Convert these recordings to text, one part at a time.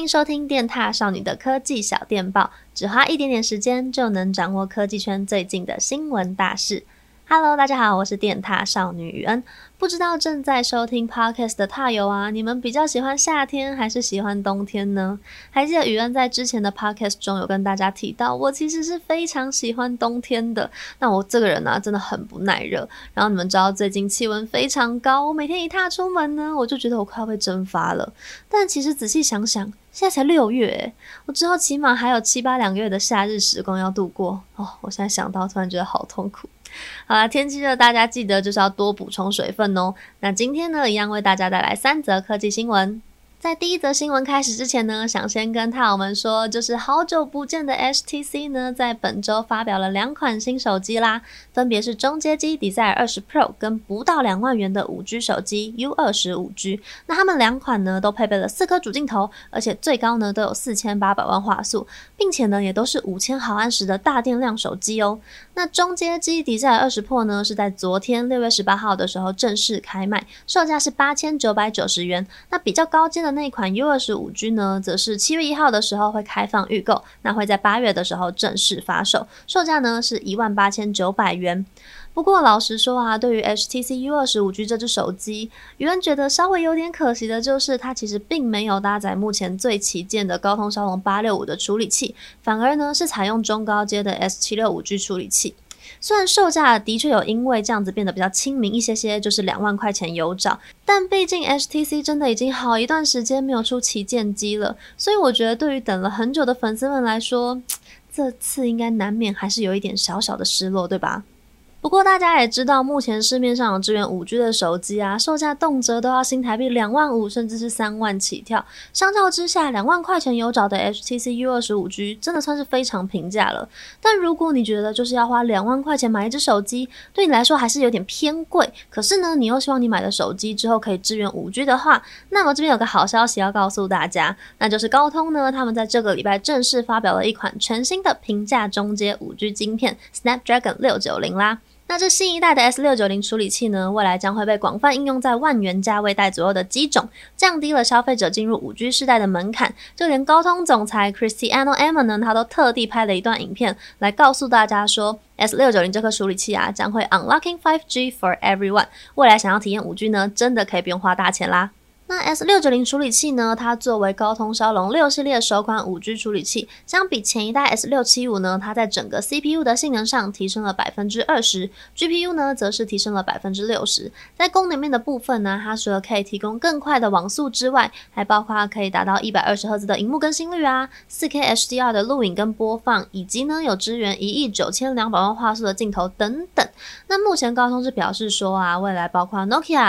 迎收听电踏少女的科技小电报，只花一点点时间就能掌握科技圈最近的新闻大事。Hello， 大家好，我是电踏少女雨恩。不知道正在收听 Podcast 的踏友啊，你们比较喜欢夏天还是喜欢冬天呢？还记得雨恩在之前的 Podcast 中有跟大家提到，我其实是非常喜欢冬天的。那我这个人啊，真的很不耐热。然后你们知道最近气温非常高，我每天一踏出门呢，我就觉得我快要被蒸发了。但其实仔细想想，现在才6月耶，我之后起码还有7、8、2个月的夏日时光要度过哦。我现在想到突然觉得好痛苦。好啦，天气热，大家记得就是要多补充水分哦。那今天呢，一样为大家带来3则科技新闻。在第一则新闻开始之前呢，想先跟踏友们说，就是好久不见的 HTC 呢，在本周发表了2款新手机啦，分别是中阶机 Desire 20 Pro 跟不到2万元的 5G 手机 U20 5G。那他们2款呢，都配备了4颗主镜头，而且最高呢都有4800万画素，并且呢也都是5000毫安时的大电量手机哦。那中阶机 Desire 20 Pro 呢，是在昨天6月18号的时候正式开卖，售价是8990元。那比较高阶的那款 U20 5G 呢，则是7月1号的时候会开放预购，那会在8月的时候正式发售，售价呢是18900元。不过老实说啊，对于 HTC U20 5G 这只手机，余恩觉得稍微有点可惜的就是它其实并没有搭载目前最旗舰的高通骁龙865的处理器，反而呢是采用中高阶的 S76 5G 处理器。虽然售价的确有因为这样子变得比较亲民一些，就是2万块钱有找，但毕竟 HTC 真的已经好一段时间没有出旗舰机了，所以我觉得对于等了很久的粉丝们来说，这次应该难免还是有一点小小的失落，对吧？不过大家也知道，目前市面上有支援 5G 的手机啊，售价动辄都要新台币2万5，甚至是3万起跳。相较之下，2万块钱有找的 HTC U20 5G 真的算是非常平价了。但如果你觉得就是要花2万块钱买一只手机，对你来说还是有点偏贵，可是呢，你又希望你买的手机之后可以支援 5G 的话，那么这边有个好消息要告诉大家，那就是高通呢，他们在这个礼拜正式发表了一款全新的平价中阶 5G 晶片 Snapdragon 690啦。那这新一代的 S690 处理器呢，未来将会被广泛应用在1万元价位带左右的机种，降低了消费者进入 5G 世代的门槛。就连高通总裁 Cristiano Amon 呢，他都特地拍了一段影片来告诉大家说， S690 这颗处理器啊，将会 Unlocking 5G for everyone。未来想要体验 5G 呢，真的可以不用花大钱啦。那 S690 处理器呢，它作为高通骁龙6系列首款 5G 处理器，相比前一代 S675 呢，它在整个 CPU 的性能上提升了 20%， GPU 呢则是提升了 60%。 在功能面的部分呢，它除了可以提供更快的网速之外，还包括可以达到 120Hz 的萤幕更新率啊， 4K HDR 的录影跟播放，以及呢有支援19200万画素的镜头等等。那目前高通是表示说啊，未来包括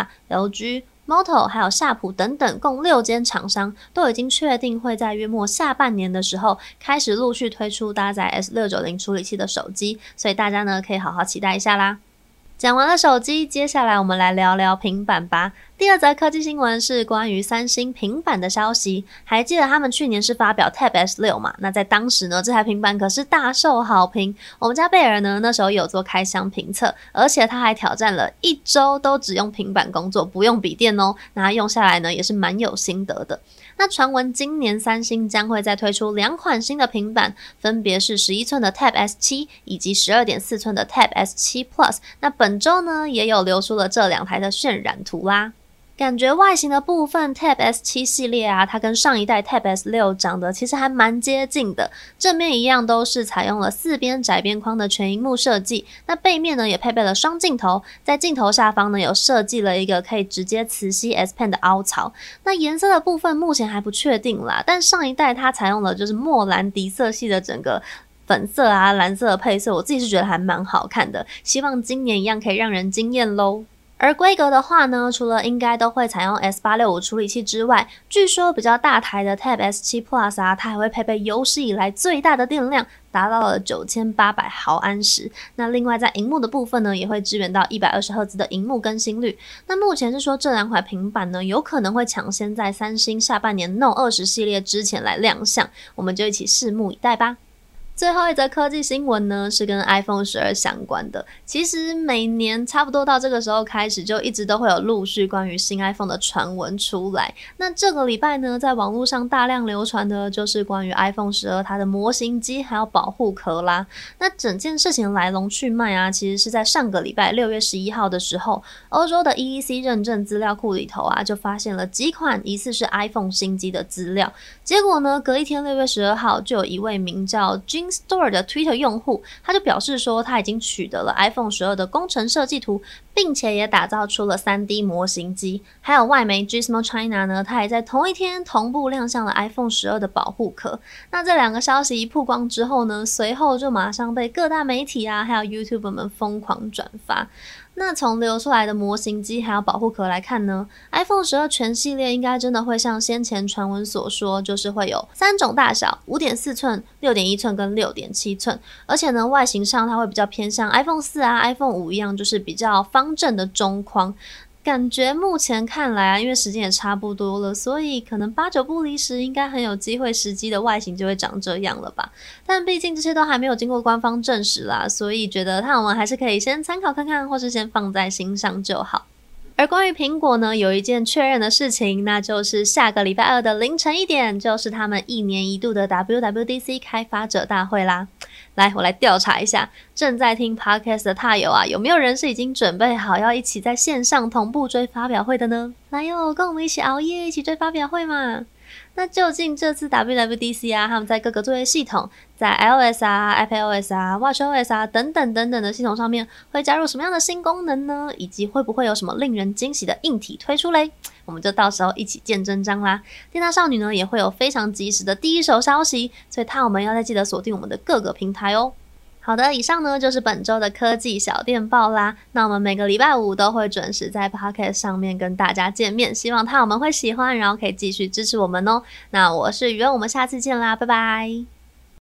Nokia、LG、Moto 还有夏普等等共6间厂商都已经确定会在约莫下半年的时候开始陆续推出搭载 S690 处理器的手机，所以大家呢可以好好期待一下啦。讲完了手机，接下来我们来聊聊平板吧。第2则科技新闻是关于三星平板的消息。还记得他们去年是发表 Tab S6 嘛？那在当时呢，这台平板可是大受好评。我们家贝尔呢，那时候有做开箱评测，而且他还挑战了1周都只用平板工作，不用笔电哦。那他用下来呢，也是蛮有心得的。那传闻今年三星将会再推出2款新的平板，分别是11寸的 Tab S7 以及12.4寸的 Tab S7 Plus。那本周呢，也有流出了这2台的渲染图啦。感觉外形的部分 Tab S7 系列啊，它跟上一代 Tab S6 长得其实还蛮接近的，正面一样都是采用了4边窄边框的全萤幕设计，那背面呢也配备了双镜头，在镜头下方呢有设计了一个可以直接磁吸 S Pen 的凹槽。那颜色的部分目前还不确定啦，但上一代它采用了就是莫兰迪色系的整个粉色啊蓝色的配色，我自己是觉得还蛮好看的，希望今年一样可以让人惊艳咯。而规格的话呢，除了应该都会采用 S865 处理器之外，据说比较大台的 Tab S7 Plus 啊，它还会配备有史以来最大的电量，达到了9800毫安时。那另外在萤幕的部分呢，也会支援到 120Hz 的萤幕更新率。那目前是说这2款平板呢，有可能会抢先在三星下半年 Note 20系列之前来亮相，我们就一起拭目以待吧。 最后一则科技新闻呢，是跟 iPhone 12相关的。其实每年差不多到这个时候开始，就一直都会有陆续关于新 iPhone 的传闻出来。那这个礼拜呢，在网络上大量流传的就是关于 iPhone 12它的模型机还有保护壳啦。那整件事情的来龙去脉啊，其实是在上个礼拜6月11号的时候，欧洲的 EEC 认证资料库里头啊，就发现了几款疑似是 iPhone 新机的资料。结果呢，隔一天6月12号，就有一位名叫 Store 的 Twitter 用户，他就表示说他已经取得了 iPhone 12的工程设计图，并且也打造出了 3D 模型机。还有外媒 Gizmo China 呢，他也在同一天同步亮相了 iPhone 12的保护壳。那这两个消息一曝光之后呢，随后就马上被各大媒体啊，还有 YouTuber 们疯狂转发。那从流出来的模型机还有保护壳来看呢， iPhone 12全系列应该真的会像先前传闻所说，就是会有3种大小， 5.4 寸、6.1 寸跟 6.7 寸，而且呢外形上它会比较偏向 iPhone 4啊 iPhone 5一样，就是比较方正的中框。感觉目前看来啊，因为时间也差不多了，所以可能8、9不离10，应该很有机会实机的外形就会长这样了吧。但毕竟这些都还没有经过官方证实啦，所以觉得我们还是可以先参考看看，或是先放在心上就好。而关于苹果呢，有一件确认的事情，那就是下个礼拜2的凌晨1点，就是他们1年1度的 WWDC 开发者大会啦。来，我来调查一下，正在听 Podcast 的踏友啊，有没有人是已经准备好要一起在线上同步追发表会的呢？来哟，跟我们一起熬夜，一起追发表会嘛！那究竟这次 WWDC 啊，他们在各个作业系统，在 iOS 啊、iPadOS 啊、watchOS 啊等等的系统上面会加入什么样的新功能呢？以及会不会有什么令人惊喜的硬体推出嘞？我们就到时候一起见真章啦！电大少女呢也会有非常及时的第一手消息，所以我们要再记得锁定我们的各个平台哦。好的，以上呢就是本周的科技小电报啦。那我们每个礼拜5都会准时在 Podcast 上面跟大家见面，希望我们会喜欢，然后可以继续支持我们哦。那我是雨恩，我们下次见啦，拜拜。